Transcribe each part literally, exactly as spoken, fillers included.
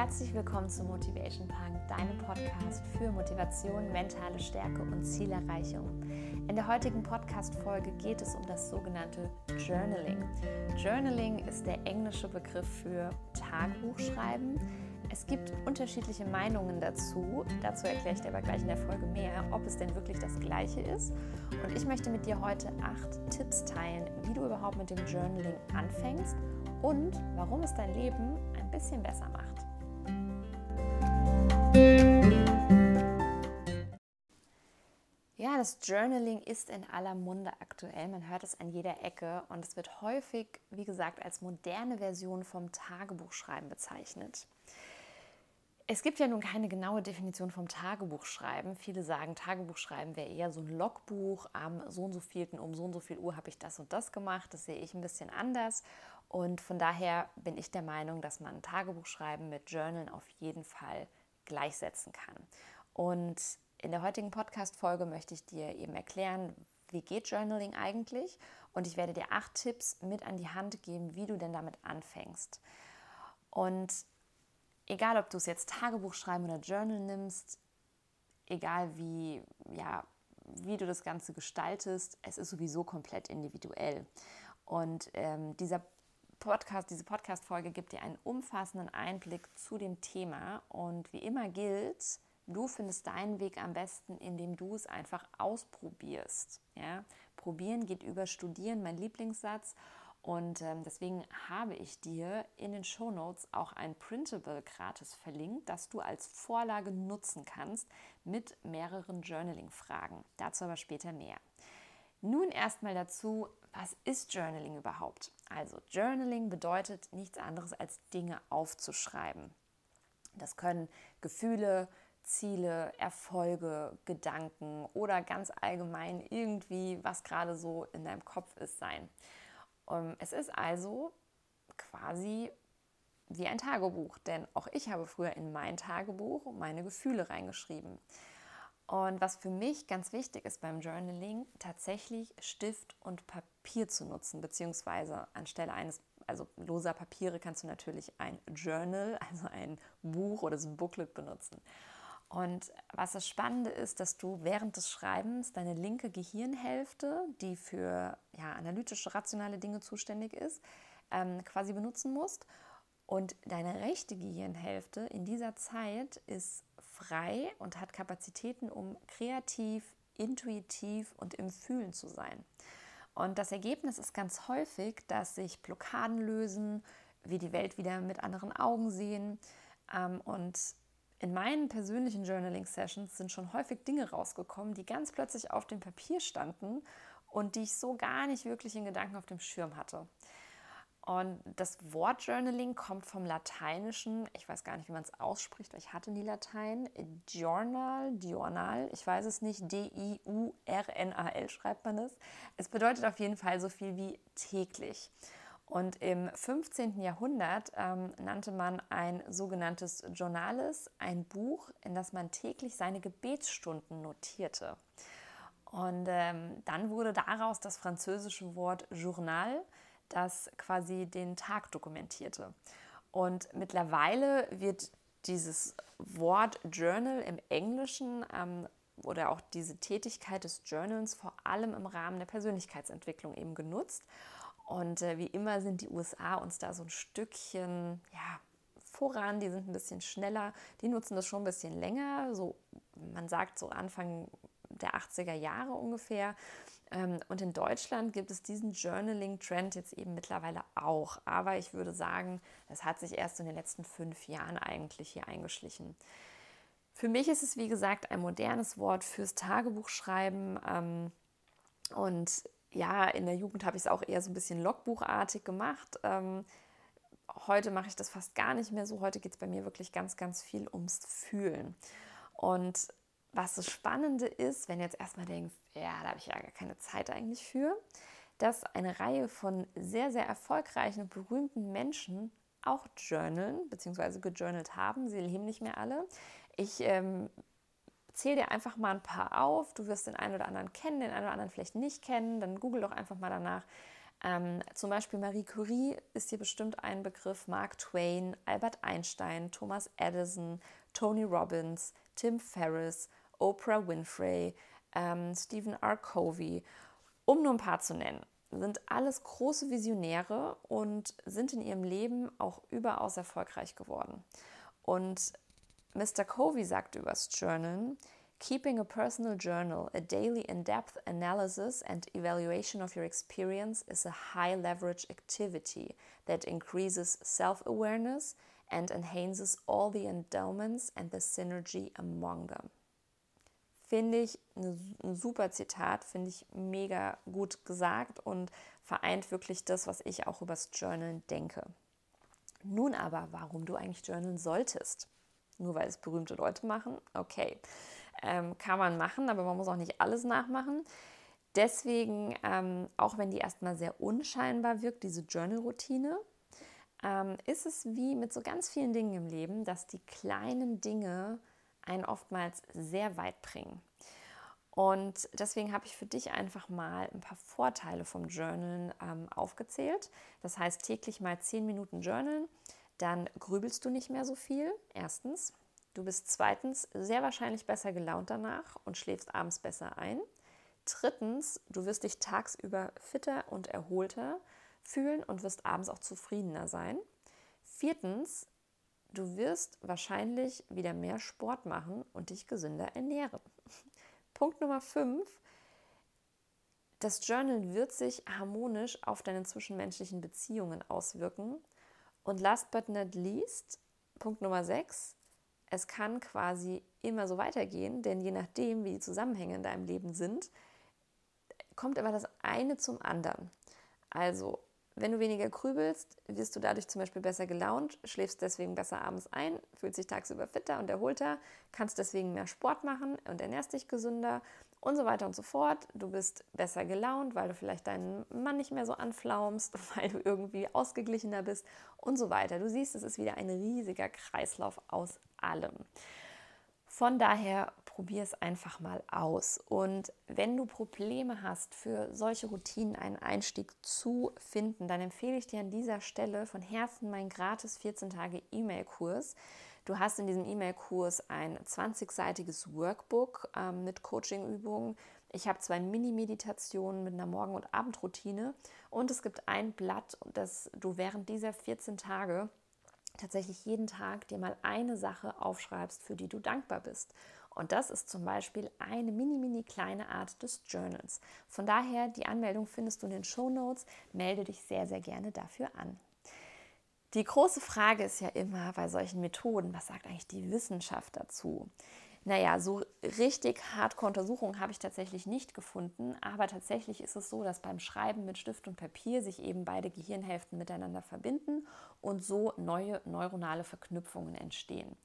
Herzlich willkommen zu Motivation Punk, deinem Podcast für Motivation, mentale Stärke und Zielerreichung. In der heutigen Podcast-Folge geht es um das sogenannte Journaling. Journaling ist der englische Begriff für Tagebuchschreiben. Es gibt unterschiedliche Meinungen dazu, dazu erkläre ich dir aber gleich in der Folge mehr, ob es denn wirklich das Gleiche ist. Und ich möchte mit dir heute acht Tipps teilen, wie du überhaupt mit dem Journaling anfängst und warum es dein Leben ein bisschen besser macht. Ja, das Journaling ist in aller Munde aktuell. Man hört es an jeder Ecke und es wird häufig, wie gesagt, als moderne Version vom Tagebuchschreiben bezeichnet. Es gibt ja nun keine genaue Definition vom Tagebuchschreiben. Viele sagen, Tagebuchschreiben wäre eher so ein Logbuch. Am so und so vielten um so und so viel Uhr habe ich das und das gemacht. Das sehe ich ein bisschen anders. Und von daher bin ich der Meinung, dass man Tagebuchschreiben mit Journalen auf jeden Fall gleichsetzen kann. Und in der heutigen Podcast-Folge möchte ich dir eben erklären, wie geht Journaling eigentlich? Und ich werde dir acht Tipps mit an die Hand geben, wie du denn damit anfängst. Und egal, ob du es jetzt Tagebuch schreiben oder Journal nimmst, egal wie, ja, wie du das Ganze gestaltest, es ist sowieso komplett individuell. Und ähm, dieser Podcast, diese Podcast-Folge gibt dir einen umfassenden Einblick zu dem Thema. Und wie immer gilt, du findest deinen Weg am besten, indem du es einfach ausprobierst. Ja? Probieren geht über Studieren, mein Lieblingssatz. Und ähm, deswegen habe ich dir in den Shownotes auch ein Printable gratis verlinkt, das du als Vorlage nutzen kannst mit mehreren Journaling-Fragen. Dazu aber später mehr. Nun erstmal dazu, was ist Journaling überhaupt? Also Journaling bedeutet nichts anderes als Dinge aufzuschreiben. Das können Gefühle, Ziele, Erfolge, Gedanken oder ganz allgemein irgendwie, was gerade so in deinem Kopf ist, sein. Es ist also quasi wie ein Tagebuch, denn auch ich habe früher in mein Tagebuch meine Gefühle reingeschrieben. Und was für mich ganz wichtig ist beim Journaling, tatsächlich Stift und Papier zu nutzen, beziehungsweise anstelle eines, also loser Papiere kannst du natürlich ein Journal, also ein Buch oder so ein Booklet benutzen. Und was das Spannende ist, dass du während des Schreibens deine linke Gehirnhälfte, die für ja, analytische, rationale Dinge zuständig ist, ähm, quasi benutzen musst. Und deine rechte Gehirnhälfte in dieser Zeit ist frei und hat Kapazitäten, um kreativ, intuitiv und im Fühlen zu sein. Und das Ergebnis ist ganz häufig, dass sich Blockaden lösen, wir die Welt wieder mit anderen Augen sehen ähm, und in meinen persönlichen Journaling-Sessions sind schon häufig Dinge rausgekommen, die ganz plötzlich auf dem Papier standen und die ich so gar nicht wirklich in Gedanken auf dem Schirm hatte. Und das Wort Journaling kommt vom Lateinischen, ich weiß gar nicht, wie man es ausspricht, weil ich hatte nie Latein, Journal, Journal, ich weiß es nicht, D I U R N A L schreibt man es. Es bedeutet auf jeden Fall so viel wie täglich. Und im fünfzehnten Jahrhundert ähm, nannte man ein sogenanntes Journales, ein Buch, in das man täglich seine Gebetsstunden notierte. Und ähm, dann wurde daraus das französische Wort Journal, das quasi den Tag dokumentierte. Und mittlerweile wird dieses Wort Journal im Englischen ähm, oder auch diese Tätigkeit des Journals vor allem im Rahmen der Persönlichkeitsentwicklung eben genutzt. Und äh, wie immer sind die U S A uns da so ein Stückchen ja, voran, die sind ein bisschen schneller, die nutzen das schon ein bisschen länger, so man sagt so Anfang der achtziger Jahre ungefähr. Ähm, und in Deutschland gibt es diesen Journaling-Trend jetzt eben mittlerweile auch. Aber ich würde sagen, das hat sich erst in den letzten fünf Jahren eigentlich hier eingeschlichen. Für mich ist es, wie gesagt, ein modernes Wort fürs Tagebuchschreiben ähm, und ja, in der Jugend habe ich es auch eher so ein bisschen logbuchartig gemacht. Ähm, heute mache ich das fast gar nicht mehr so. Heute geht es bei mir wirklich ganz, ganz viel ums Fühlen. Und was das Spannende ist, wenn du jetzt erstmal denkst, ja, da habe ich ja gar keine Zeit eigentlich für, dass eine Reihe von sehr, sehr erfolgreichen und berühmten Menschen auch journalen, beziehungsweise gejournalt haben. Sie leben nicht mehr alle. Ich ähm, zähl dir einfach mal ein paar auf. Du wirst den einen oder anderen kennen, den einen oder anderen vielleicht nicht kennen. Dann google doch einfach mal danach. Ähm, zum Beispiel Marie Curie ist dir bestimmt ein Begriff, Mark Twain, Albert Einstein, Thomas Edison, Tony Robbins, Tim Ferriss, Oprah Winfrey, ähm, Stephen R. Covey, um nur ein paar zu nennen. Sind alles große Visionäre und sind in ihrem Leben auch überaus erfolgreich geworden. Und Mister Covey sagt übers Journalen: Keeping a personal journal, a daily in-depth analysis and evaluation of your experience is a high-leverage activity that increases self-awareness and enhances all the endowments and the synergy among them. Finde ich ein super Zitat, finde ich mega gut gesagt und vereint wirklich das, was ich auch übers Journalen denke. Nun aber, warum du eigentlich journalen solltest? Nur weil es berühmte Leute machen? Okay, ähm, kann man machen, aber man muss auch nicht alles nachmachen. Deswegen, ähm, auch wenn die erstmal sehr unscheinbar wirkt, diese Journal-Routine, ähm, ist es wie mit so ganz vielen Dingen im Leben, dass die kleinen Dinge einen oftmals sehr weit bringen. Und deswegen habe ich für dich einfach mal ein paar Vorteile vom Journalen ähm, aufgezählt. Das heißt, täglich mal zehn Minuten journalen, dann grübelst du nicht mehr so viel, erstens. Du bist zweitens sehr wahrscheinlich besser gelaunt danach und schläfst abends besser ein. Drittens, du wirst dich tagsüber fitter und erholter fühlen und wirst abends auch zufriedener sein. Viertens, du wirst wahrscheinlich wieder mehr Sport machen und dich gesünder ernähren. Punkt Nummer fünf, das Journal wird sich harmonisch auf deine zwischenmenschlichen Beziehungen auswirken. Und last but not least, Punkt Nummer sechs, es kann quasi immer so weitergehen, denn je nachdem, wie die Zusammenhänge in deinem Leben sind, kommt aber das eine zum anderen. Also, wenn du weniger grübelst, wirst du dadurch zum Beispiel besser gelaunt, schläfst deswegen besser abends ein, fühlst dich tagsüber fitter und erholter, kannst deswegen mehr Sport machen und ernährst dich gesünder und so weiter und so fort. Du bist besser gelaunt, weil du vielleicht deinen Mann nicht mehr so anflaumst, weil du irgendwie ausgeglichener bist und so weiter. Du siehst, es ist wieder ein riesiger Kreislauf aus allem. Von daher probier es einfach mal aus. Und wenn du Probleme hast, für solche Routinen einen Einstieg zu finden, dann empfehle ich dir an dieser Stelle von Herzen meinen gratis vierzehn Tage E-Mail-Kurs. Du hast in diesem E-Mail-Kurs ein zwanzigseitiges Workbook ähm, mit Coaching-Übungen. Ich habe zwei Mini-Meditationen mit einer Morgen- und Abendroutine und es gibt ein Blatt, das du während dieser vierzehn Tage tatsächlich jeden Tag dir mal eine Sache aufschreibst, für die du dankbar bist. Und das ist zum Beispiel eine mini, mini kleine Art des Journals. Von daher, die Anmeldung findest du in den Shownotes. Melde dich sehr, sehr gerne dafür an. Die große Frage ist ja immer bei solchen Methoden, was sagt eigentlich die Wissenschaft dazu? Naja, so richtig Hardcore-Untersuchungen habe ich tatsächlich nicht gefunden, aber tatsächlich ist es so, dass beim Schreiben mit Stift und Papier sich eben beide Gehirnhälften miteinander verbinden und so neue neuronale Verknüpfungen entstehen.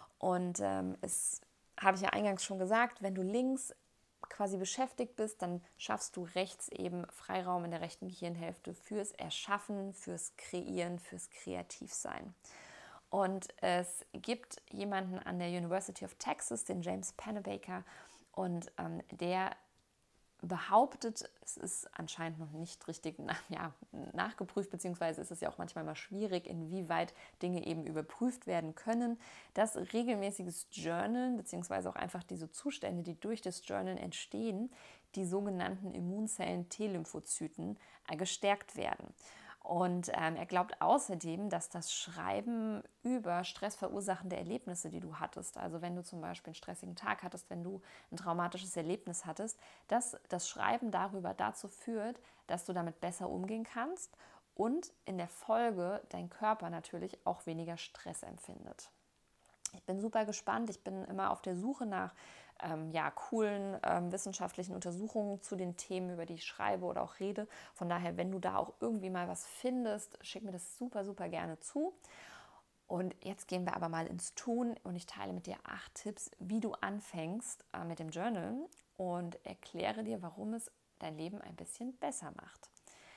Und ähm, es habe ich ja eingangs schon gesagt, wenn du links quasi beschäftigt bist, dann schaffst du rechts eben Freiraum in der rechten Gehirnhälfte fürs Erschaffen, fürs Kreieren, fürs Kreativsein. Und es gibt jemanden an der University of Texas, den James Pennebaker, und ähm, der behauptet, es ist anscheinend noch nicht richtig nach, ja, nachgeprüft, beziehungsweise ist es ja auch manchmal mal schwierig, inwieweit Dinge eben überprüft werden können, dass regelmäßiges Journalen, beziehungsweise auch einfach diese Zustände, die durch das Journalen entstehen, die sogenannten Immunzellen T-Lymphozyten, äh, gestärkt werden. Und ähm, er glaubt außerdem, dass das Schreiben über stressverursachende Erlebnisse, die du hattest, also wenn du zum Beispiel einen stressigen Tag hattest, wenn du ein traumatisches Erlebnis hattest, dass das Schreiben darüber dazu führt, dass du damit besser umgehen kannst und in der Folge dein Körper natürlich auch weniger Stress empfindet. Ich bin super gespannt. Ich bin immer auf der Suche nach ähm, ja, coolen ähm, wissenschaftlichen Untersuchungen zu den Themen, über die ich schreibe oder auch rede. Von daher, wenn du da auch irgendwie mal was findest, schick mir das super, super gerne zu. Und jetzt gehen wir aber mal ins Tun und ich teile mit dir acht Tipps, wie du anfängst äh, mit dem Journal und erkläre dir, warum es dein Leben ein bisschen besser macht.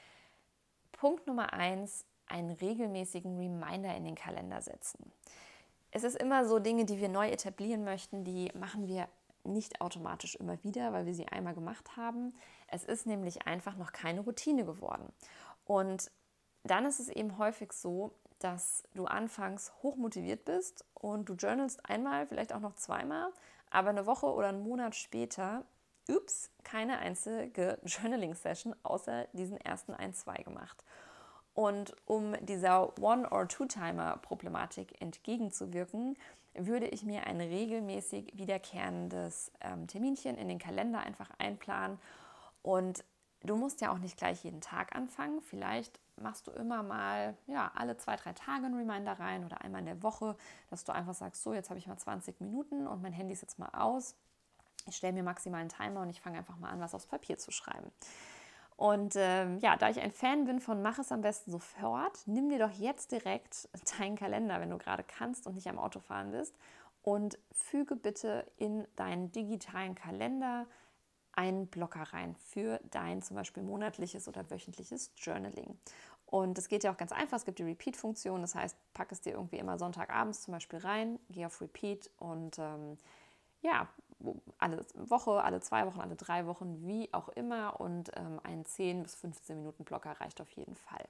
Punkt Nummer eins, einen regelmäßigen Reminder in den Kalender setzen. Es ist immer so, Dinge, die wir neu etablieren möchten, die machen wir nicht automatisch immer wieder, weil wir sie einmal gemacht haben. Es ist nämlich einfach noch keine Routine geworden. Und dann ist es eben häufig so, dass du anfangs hochmotiviert bist und du journalst einmal, vielleicht auch noch zweimal, aber eine Woche oder einen Monat später, ups, keine einzige Journaling-Session außer diesen ersten ein, zwei gemacht. Und um dieser One- or Two-Timer-Problematik entgegenzuwirken, würde ich mir ein regelmäßig wiederkehrendes ähm, Terminchen in den Kalender einfach einplanen. Und du musst ja auch nicht gleich jeden Tag anfangen. Vielleicht machst du immer mal ja, alle zwei, drei Tage einen Reminder rein oder einmal in der Woche, dass du einfach sagst, so, jetzt habe ich mal zwanzig Minuten und mein Handy ist jetzt mal aus. Ich stelle mir maximal einen Timer und ich fange einfach mal an, was aufs Papier zu schreiben. Und ähm, ja, da ich ein Fan bin von mach es am besten sofort, nimm dir doch jetzt direkt deinen Kalender, wenn du gerade kannst und nicht am Auto fahren bist, und füge bitte in deinen digitalen Kalender einen Blocker rein für dein zum Beispiel monatliches oder wöchentliches Journaling. Und es geht ja auch ganz einfach, es gibt die Repeat-Funktion, das heißt, pack es dir irgendwie immer Sonntagabends zum Beispiel rein, geh auf Repeat und ähm, ja, alle Woche, alle zwei Wochen, alle drei Wochen, wie auch immer. Und ähm, ein zehn bis fünfzehn Minuten Blocker reicht auf jeden Fall.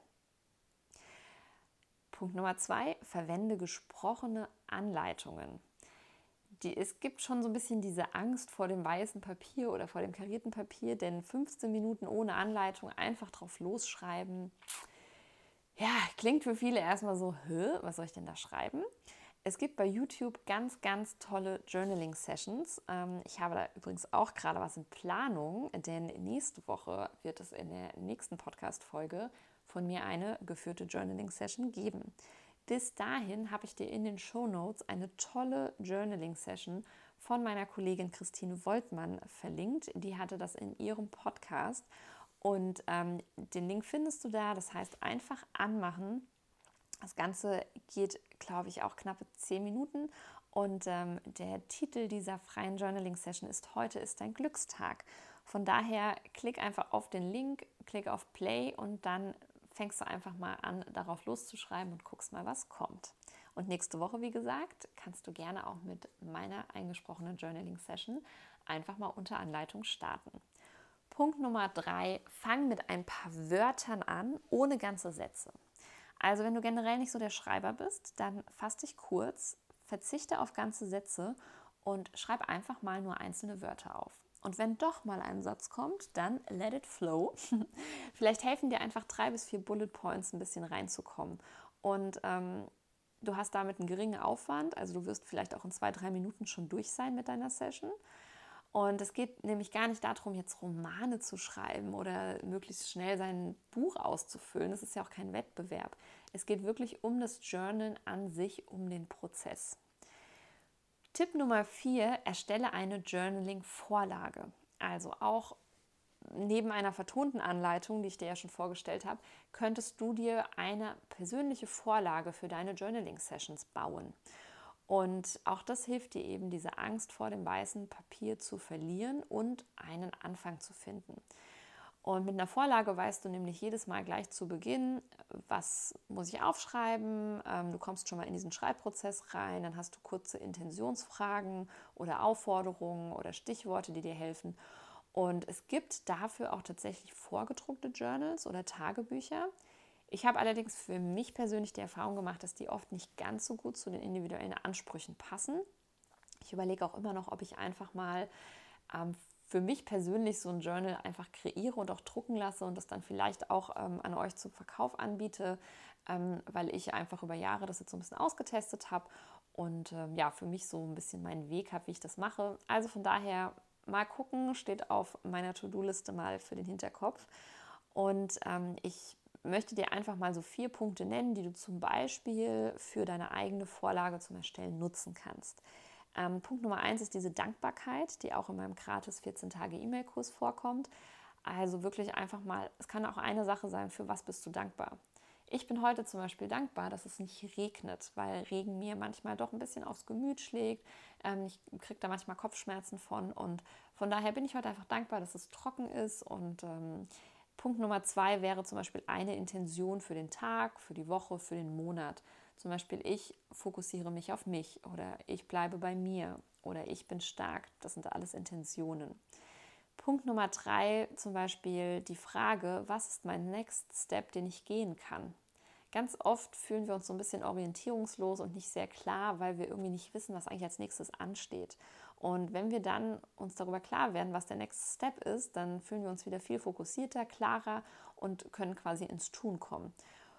Punkt Nummer zwei, verwende gesprochene Anleitungen. Die, es gibt schon so ein bisschen diese Angst vor dem weißen Papier oder vor dem karierten Papier, denn fünfzehn Minuten ohne Anleitung einfach drauf losschreiben, ja, klingt für viele erstmal so, hä, was soll ich denn da schreiben? Es gibt bei YouTube ganz, ganz tolle Journaling-Sessions. Ich habe da übrigens auch gerade was in Planung, denn nächste Woche wird es in der nächsten Podcast-Folge von mir eine geführte Journaling-Session geben. Bis dahin habe ich dir in den Shownotes eine tolle Journaling-Session von meiner Kollegin Christine Woltmann verlinkt. Die hatte das in ihrem Podcast und ähm, den Link findest du da. Das heißt, einfach anmachen. Das Ganze geht, glaube ich, auch knappe zehn Minuten und ähm, der Titel dieser freien Journaling-Session ist Heute ist dein Glückstag. Von daher klick einfach auf den Link, klick auf Play und dann fängst du einfach mal an, darauf loszuschreiben und guckst mal, was kommt. Und nächste Woche, wie gesagt, kannst du gerne auch mit meiner eingesprochenen Journaling-Session einfach mal unter Anleitung starten. Punkt Nummer drei, fang mit ein paar Wörtern an, ohne ganze Sätze. Also wenn du generell nicht so der Schreiber bist, dann fass dich kurz, verzichte auf ganze Sätze und schreib einfach mal nur einzelne Wörter auf. Und wenn doch mal ein Satz kommt, dann let it flow. Vielleicht helfen dir einfach drei bis vier Bullet Points ein bisschen reinzukommen. Und ähm, du hast damit einen geringen Aufwand, also du wirst vielleicht auch in zwei, drei Minuten schon durch sein mit deiner Session. Und es geht nämlich gar nicht darum, jetzt Romane zu schreiben oder möglichst schnell sein Buch auszufüllen. Das ist ja auch kein Wettbewerb. Es geht wirklich um das Journalen an sich, um den Prozess. Tipp Nummer vier, erstelle eine Journaling-Vorlage. Also auch neben einer vertonten Anleitung, die ich dir ja schon vorgestellt habe, könntest du dir eine persönliche Vorlage für deine Journaling-Sessions bauen. Und auch das hilft dir eben, diese Angst vor dem weißen Papier zu verlieren und einen Anfang zu finden. Und mit einer Vorlage weißt du nämlich jedes Mal gleich zu Beginn, was muss ich aufschreiben. Du kommst schon mal in diesen Schreibprozess rein, dann hast du kurze Intentionsfragen oder Aufforderungen oder Stichworte, die dir helfen. Und es gibt dafür auch tatsächlich vorgedruckte Journals oder Tagebücher. Ich habe allerdings für mich persönlich die Erfahrung gemacht, dass die oft nicht ganz so gut zu den individuellen Ansprüchen passen. Ich überlege auch immer noch, ob ich einfach mal ähm, für mich persönlich so ein Journal einfach kreiere und auch drucken lasse und das dann vielleicht auch ähm, an euch zum Verkauf anbiete, ähm, weil ich einfach über Jahre das jetzt so ein bisschen ausgetestet habe und ähm, ja, für mich so ein bisschen meinen Weg habe, wie ich das mache. Also von daher mal gucken, steht auf meiner To-Do-Liste mal für den Hinterkopf. Und ähm, ich möchte dir einfach mal so vier Punkte nennen, die du zum Beispiel für deine eigene Vorlage zum Erstellen nutzen kannst. Ähm, Punkt Nummer eins ist diese Dankbarkeit, die auch in meinem gratis vierzehn Tage E-Mail-Kurs vorkommt. Also wirklich einfach mal, es kann auch eine Sache sein, für was bist du dankbar. Ich bin heute zum Beispiel dankbar, dass es nicht regnet, weil Regen mir manchmal doch ein bisschen aufs Gemüt schlägt. Ähm, ich kriege da manchmal Kopfschmerzen von und von daher bin ich heute einfach dankbar, dass es trocken ist. Und ähm, Punkt Nummer zwei wäre zum Beispiel eine Intention für den Tag, für die Woche, für den Monat. Zum Beispiel, ich fokussiere mich auf mich oder ich bleibe bei mir oder ich bin stark. Das sind alles Intentionen. Punkt Nummer drei, zum Beispiel die Frage, was ist mein Next Step, den ich gehen kann? Ganz oft fühlen wir uns so ein bisschen orientierungslos und nicht sehr klar, weil wir irgendwie nicht wissen, was eigentlich als nächstes ansteht. Und wenn wir dann uns darüber klar werden, was der Next Step ist, dann fühlen wir uns wieder viel fokussierter, klarer und können quasi ins Tun kommen.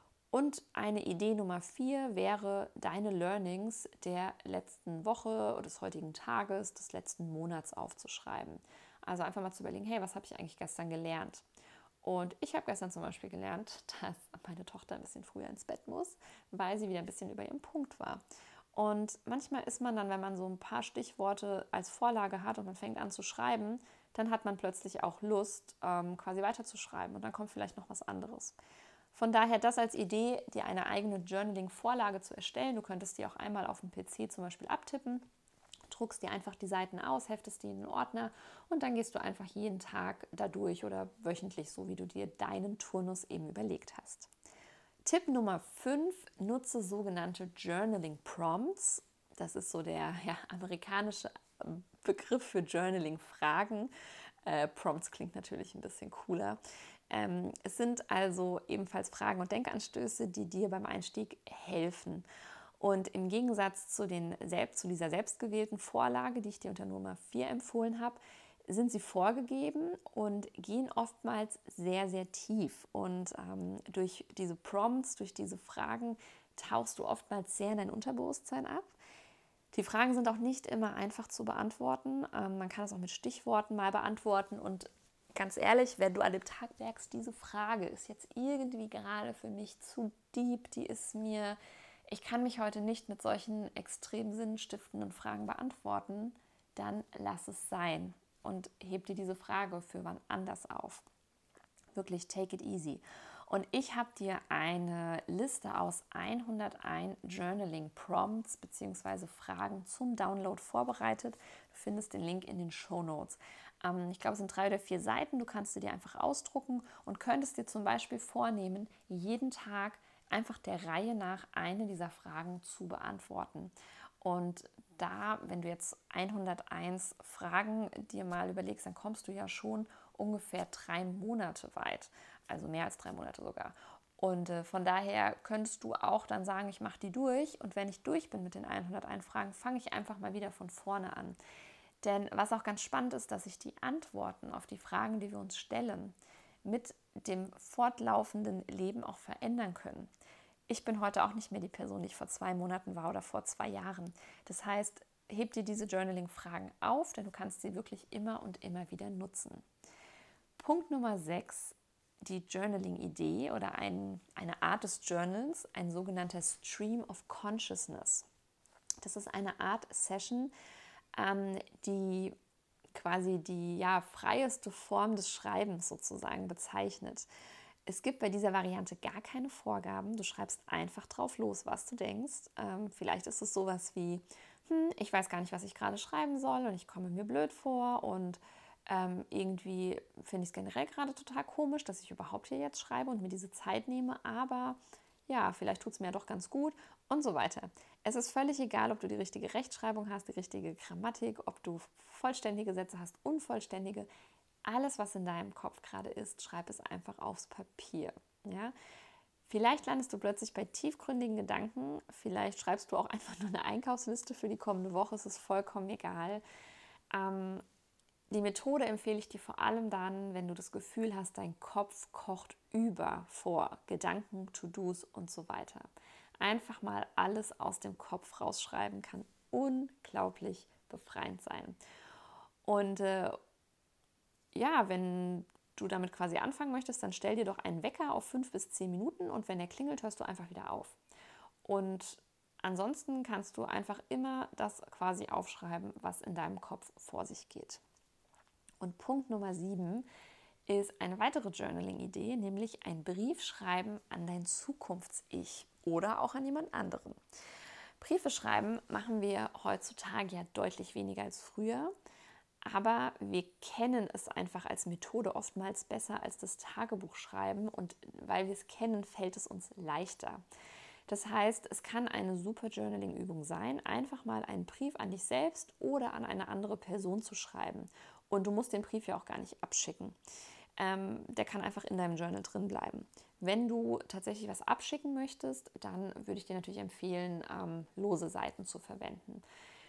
Und eine Idee Nummer vier wäre, deine Learnings der letzten Woche oder des heutigen Tages, des letzten Monats aufzuschreiben. Also einfach mal zu überlegen, hey, was habe ich eigentlich gestern gelernt? Und ich habe gestern zum Beispiel gelernt, dass meine Tochter ein bisschen früher ins Bett muss, weil sie wieder ein bisschen über ihrem Punkt war. Und manchmal ist man dann, wenn man so ein paar Stichworte als Vorlage hat und man fängt an zu schreiben, dann hat man plötzlich auch Lust, ähm, quasi weiterzuschreiben und dann kommt vielleicht noch was anderes. Von daher das als Idee, dir eine eigene Journaling-Vorlage zu erstellen. Du könntest die auch einmal auf dem P C zum Beispiel abtippen, druckst dir einfach die Seiten aus, heftest die in den Ordner und dann gehst du einfach jeden Tag da durch oder wöchentlich, so wie du dir deinen Turnus eben überlegt hast. Tipp Nummer fünf, nutze sogenannte Journaling Prompts. Das ist so der ja, amerikanische Begriff für Journaling-Fragen. Äh, Prompts klingt natürlich ein bisschen cooler. Ähm, es sind also ebenfalls Fragen und Denkanstöße, die dir beim Einstieg helfen. Und im Gegensatz zu, den, zu dieser selbstgewählten Vorlage, die ich dir unter Nummer vier empfohlen habe, sind sie vorgegeben und gehen oftmals sehr, sehr tief. Und ähm, durch diese Prompts, durch diese Fragen tauchst du oftmals sehr in dein Unterbewusstsein ab. Die Fragen sind auch nicht immer einfach zu beantworten. Ähm, man kann es auch mit Stichworten mal beantworten. Und ganz ehrlich, wenn du an dem Tag merkst, diese Frage ist jetzt irgendwie gerade für mich zu deep, die ist mir, ich kann mich heute nicht mit solchen extrem sinnstiftenden Fragen beantworten, dann lass es sein und heb dir diese Frage für wann anders auf. Wirklich take it easy. Und ich habe dir eine Liste aus hunderteins Journaling Prompts bzw. Fragen zum Download vorbereitet. Du findest den Link in den Shownotes. Ähm, ich glaube, es sind drei oder vier Seiten. Du kannst sie dir einfach ausdrucken und könntest dir zum Beispiel vornehmen, jeden Tag einfach der Reihe nach eine dieser Fragen zu beantworten. Und da, wenn du jetzt hunderteins Fragen dir mal überlegst, dann kommst du ja schon ungefähr drei Monate weit, also mehr als drei Monate sogar. Und äh, von daher könntest du auch dann sagen, ich mache die durch und wenn ich durch bin mit den hunderteins Fragen, fange ich einfach mal wieder von vorne an. Denn was auch ganz spannend ist, dass sich die Antworten auf die Fragen, die wir uns stellen, mit dem fortlaufenden Leben auch verändern können. Ich bin heute auch nicht mehr die Person, die ich vor zwei Monaten war oder vor zwei Jahren. Das heißt, heb dir diese Journaling-Fragen auf, denn du kannst sie wirklich immer und immer wieder nutzen. Punkt Nummer sechs, die Journaling-Idee oder ein, eine Art des Journals, ein sogenannter Stream of Consciousness. Das ist eine Art Session, ähm, die quasi die ja, freieste Form des Schreibens sozusagen bezeichnet. Es gibt bei dieser Variante gar keine Vorgaben. Du schreibst einfach drauf los, was du denkst. Ähm, vielleicht ist es sowas wie, hm, ich weiß gar nicht, was ich gerade schreiben soll und ich komme mir blöd vor und ähm, irgendwie finde ich es generell gerade total komisch, dass ich überhaupt hier jetzt schreibe und mir diese Zeit nehme, aber ja, vielleicht tut es mir ja doch ganz gut und so weiter. Es ist völlig egal, ob du die richtige Rechtschreibung hast, die richtige Grammatik, ob du vollständige Sätze hast, unvollständige. Alles, was in deinem Kopf gerade ist, schreib es einfach aufs Papier. Ja? Vielleicht landest du plötzlich bei tiefgründigen Gedanken, vielleicht schreibst du auch einfach nur eine Einkaufsliste für die kommende Woche, es ist vollkommen egal. Ähm, die Methode empfehle ich dir vor allem dann, wenn du das Gefühl hast, dein Kopf kocht über vor Gedanken, To-Dos und so weiter. Einfach mal alles aus dem Kopf rausschreiben kann unglaublich befreiend sein. Und äh, ja, wenn du damit quasi anfangen möchtest, dann stell dir doch einen Wecker auf fünf bis zehn Minuten und wenn er klingelt, hörst du einfach wieder auf. Und ansonsten kannst du einfach immer das quasi aufschreiben, was in deinem Kopf vor sich geht. Und Punkt Nummer sieben ist eine weitere Journaling-Idee, nämlich ein Brief schreiben an dein Zukunfts-Ich oder auch an jemand anderen. Briefe schreiben machen wir heutzutage ja deutlich weniger als früher, aber wir kennen es einfach als Methode oftmals besser als das Tagebuchschreiben und weil wir es kennen, fällt es uns leichter. Das heißt, es kann eine super Journaling-Übung sein, einfach mal einen Brief an dich selbst oder an eine andere Person zu schreiben Und du musst den Brief ja auch gar nicht abschicken. Ähm, der kann einfach in deinem Journal drin bleiben. Wenn du tatsächlich was abschicken möchtest, dann würde ich dir natürlich empfehlen, ähm, lose Seiten zu verwenden.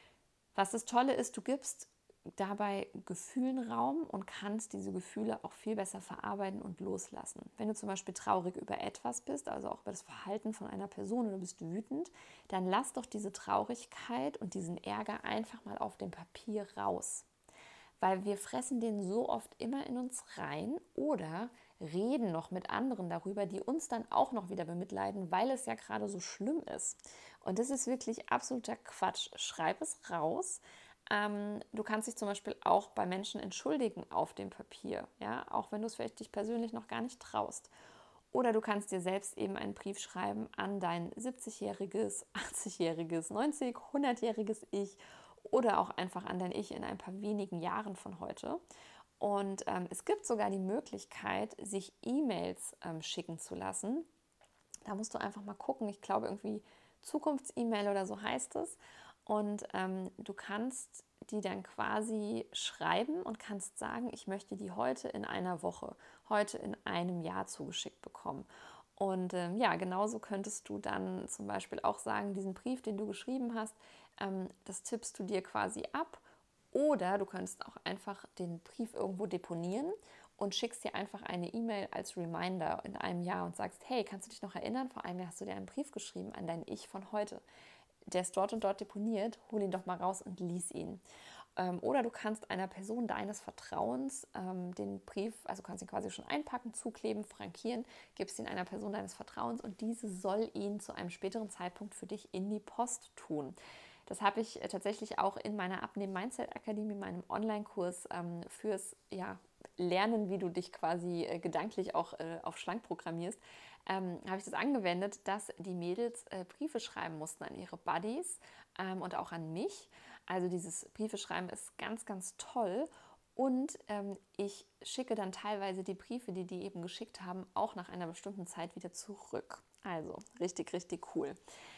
Was das Tolle ist, du gibst dabei Gefühlen Raum und kannst diese Gefühle auch viel besser verarbeiten und loslassen. Wenn du zum Beispiel traurig über etwas bist, also auch über das Verhalten von einer Person oder bist wütend, dann lass doch diese Traurigkeit und diesen Ärger einfach mal auf dem Papier raus. Weil wir fressen den so oft immer in uns rein oder reden noch mit anderen darüber, die uns dann auch noch wieder bemitleiden, weil es ja gerade so schlimm ist. Und das ist wirklich absoluter Quatsch. Schreib es raus. Ähm, du kannst dich zum Beispiel auch bei Menschen entschuldigen auf dem Papier, ja, auch wenn du es vielleicht dich persönlich noch gar nicht traust. Oder du kannst dir selbst eben einen Brief schreiben an dein siebzigjähriges, achtzigjähriges, neunzig, hundertjähriges Ich oder auch einfach an dein Ich in ein paar wenigen Jahren von heute. Und ähm, es gibt sogar die Möglichkeit, sich E-Mails ähm, schicken zu lassen. Da musst du einfach mal gucken. Ich glaube irgendwie Zukunfts-E-Mail oder so heißt es. Und ähm, du kannst die dann quasi schreiben und kannst sagen, ich möchte die heute in einer Woche, heute in einem Jahr zugeschickt bekommen. Und ähm, ja, genauso könntest du dann zum Beispiel auch sagen, diesen Brief, den du geschrieben hast, ähm, das tippst du dir quasi ab. Oder du könntest auch einfach den Brief irgendwo deponieren und schickst dir einfach eine E-Mail als Reminder in einem Jahr und sagst, hey, kannst du dich noch erinnern? Vor einem Jahr hast du dir einen Brief geschrieben an dein Ich von heute. Der ist dort und dort deponiert, hol ihn doch mal raus und lies ihn. Ähm, oder du kannst einer Person deines Vertrauens ähm, den Brief, also kannst ihn quasi schon einpacken, zukleben, frankieren, gibst ihn einer Person deines Vertrauens und diese soll ihn zu einem späteren Zeitpunkt für dich in die Post tun. Das habe ich äh, tatsächlich auch in meiner Abnehmen-Mindset-Akademie, meinem Online-Kurs ähm, fürs ja, Lernen, wie du dich quasi äh, gedanklich auch äh, auf schlank programmierst, ähm, habe ich das angewendet, dass die Mädels äh, Briefe schreiben mussten an ihre Buddies ähm, und auch an mich. Also dieses Briefeschreiben ist ganz, ganz toll. Und ähm, ich schicke dann teilweise die Briefe, die die eben geschickt haben, auch nach einer bestimmten Zeit wieder zurück. Also richtig, richtig cool.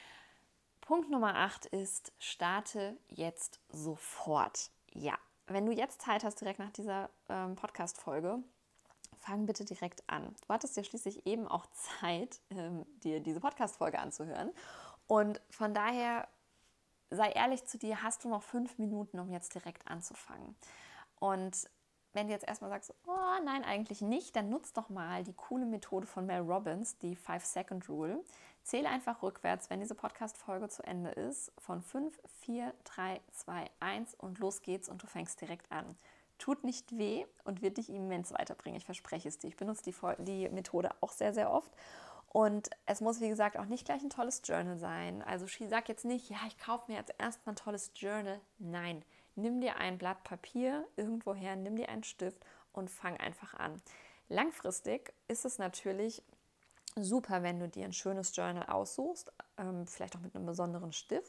Punkt Nummer acht ist, starte jetzt sofort. Ja, wenn du jetzt Zeit hast, direkt nach dieser ähm, Podcast-Folge, fang bitte direkt an. Du hattest ja schließlich eben auch Zeit, ähm, dir diese Podcast-Folge anzuhören. Und von daher, sei ehrlich zu dir, hast du noch fünf Minuten, um jetzt direkt anzufangen. Und wenn du jetzt erstmal sagst, oh nein, eigentlich nicht, dann nutz doch mal die coole Methode von Mel Robbins, die Five-Second-Rule. Zähle einfach rückwärts, wenn diese Podcast-Folge zu Ende ist, von fünf, vier, drei, zwei, eins und los geht's und du fängst direkt an. Tut nicht weh und wird dich immens weiterbringen, ich verspreche es dir. Ich benutze die, die Methode auch sehr, sehr oft. Und es muss, wie gesagt, auch nicht gleich ein tolles Journal sein. Also sag jetzt nicht, ja, ich kaufe mir jetzt erstmal ein tolles Journal. Nein, nimm dir ein Blatt Papier irgendwoher, nimm dir einen Stift und fang einfach an. Langfristig ist es natürlich super, wenn du dir ein schönes Journal aussuchst, ähm, vielleicht auch mit einem besonderen Stift,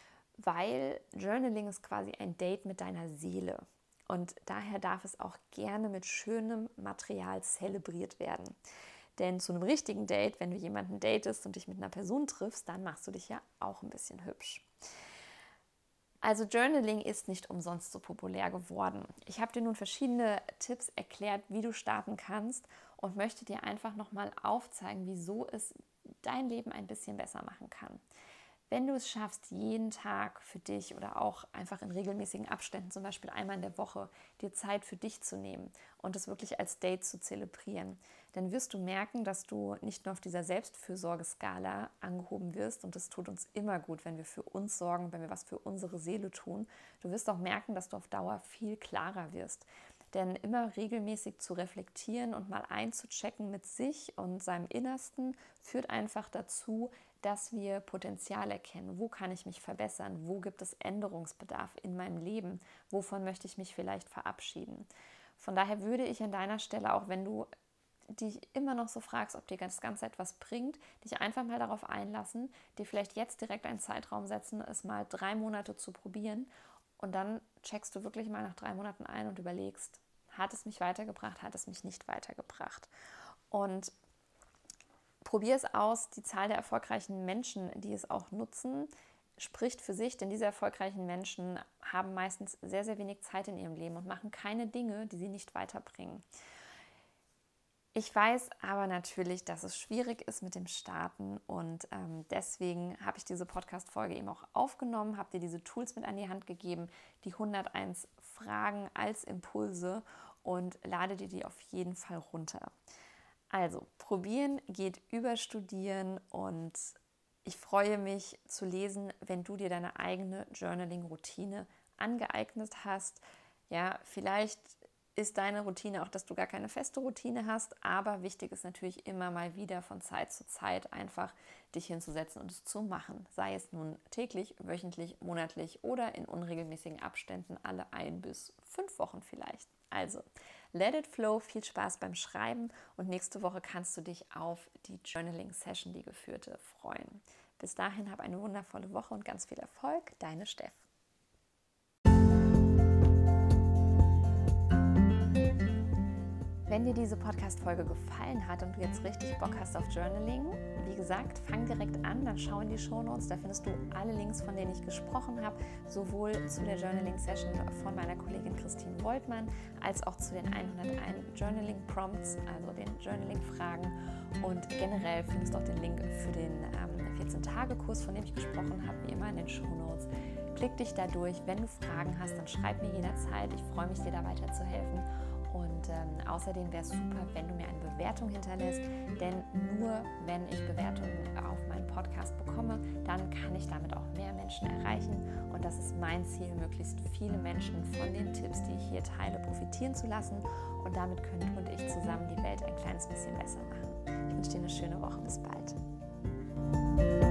weil Journaling ist quasi ein Date mit deiner Seele. Und daher darf es auch gerne mit schönem Material zelebriert werden. Denn zu einem richtigen Date, wenn du jemanden datest und dich mit einer Person triffst, dann machst du dich ja auch ein bisschen hübsch. Also Journaling ist nicht umsonst so populär geworden. Ich habe dir nun verschiedene Tipps erklärt, wie du starten kannst und möchte dir einfach nochmal aufzeigen, wieso es dein Leben ein bisschen besser machen kann. Wenn du es schaffst, jeden Tag für dich oder auch einfach in regelmäßigen Abständen, zum Beispiel einmal in der Woche, dir Zeit für dich zu nehmen und es wirklich als Date zu zelebrieren, dann wirst du merken, dass du nicht nur auf dieser Selbstfürsorgeskala angehoben wirst und das tut uns immer gut, wenn wir für uns sorgen, wenn wir was für unsere Seele tun. Du wirst auch merken, dass du auf Dauer viel klarer wirst. Denn immer regelmäßig zu reflektieren und mal einzuchecken mit sich und seinem Innersten führt einfach dazu, dass wir Potenzial erkennen. Wo kann ich mich verbessern? Wo gibt es Änderungsbedarf in meinem Leben? Wovon möchte ich mich vielleicht verabschieden? Von daher würde ich an deiner Stelle, auch wenn du dich immer noch so fragst, ob dir das Ganze etwas bringt, dich einfach mal darauf einlassen, dir vielleicht jetzt direkt einen Zeitraum setzen, es mal drei Monate zu probieren und dann checkst du wirklich mal nach drei Monaten ein und überlegst, hat es mich weitergebracht, hat es mich nicht weitergebracht? Und probier es aus, die Zahl der erfolgreichen Menschen, die es auch nutzen, spricht für sich, denn diese erfolgreichen Menschen haben meistens sehr, sehr wenig Zeit in ihrem Leben und machen keine Dinge, die sie nicht weiterbringen. Ich weiß aber natürlich, dass es schwierig ist mit dem Starten und ähm, deswegen habe ich diese Podcast-Folge eben auch aufgenommen, habe dir diese Tools mit an die Hand gegeben, die hunderteins Fragen als Impulse und lade dir die auf jeden Fall runter. Also, probieren geht über studieren und ich freue mich zu lesen, wenn du dir deine eigene Journaling-Routine angeeignet hast. Ja, vielleicht ist deine Routine auch, dass du gar keine feste Routine hast, aber wichtig ist natürlich immer mal wieder von Zeit zu Zeit einfach dich hinzusetzen und es zu machen. Sei es nun täglich, wöchentlich, monatlich oder in unregelmäßigen Abständen alle ein bis fünf Wochen vielleicht. Also, let it flow, viel Spaß beim Schreiben und nächste Woche kannst du dich auf die Journaling-Session, die geführte, freuen. Bis dahin hab eine wundervolle Woche und ganz viel Erfolg. Deine Steff. Wenn dir diese Podcast-Folge gefallen hat und du jetzt richtig Bock hast auf Journaling, wie gesagt, fang direkt an, dann schau in die Shownotes, da findest du alle Links, von denen ich gesprochen habe, sowohl zu der Journaling-Session von meiner Kollegin Christine Woltmann, als auch zu den hunderteins Journaling-Prompts, also den Journaling-Fragen, und generell findest du auch den Link für den ähm, vierzehn-Tage-Kurs, von dem ich gesprochen habe, wie immer in den Shownotes. Klick dich da durch, wenn du Fragen hast, dann schreib mir jederzeit, ich freue mich, dir da weiterzuhelfen. Und ähm, außerdem wäre es super, wenn du mir eine Bewertung hinterlässt, denn nur wenn ich Bewertungen auf meinen Podcast bekomme, dann kann ich damit auch mehr Menschen erreichen. Und das ist mein Ziel, möglichst viele Menschen von den Tipps, die ich hier teile, profitieren zu lassen. Und damit können du und ich zusammen die Welt ein kleines bisschen besser machen. Ich wünsche dir eine schöne Woche. Bis bald.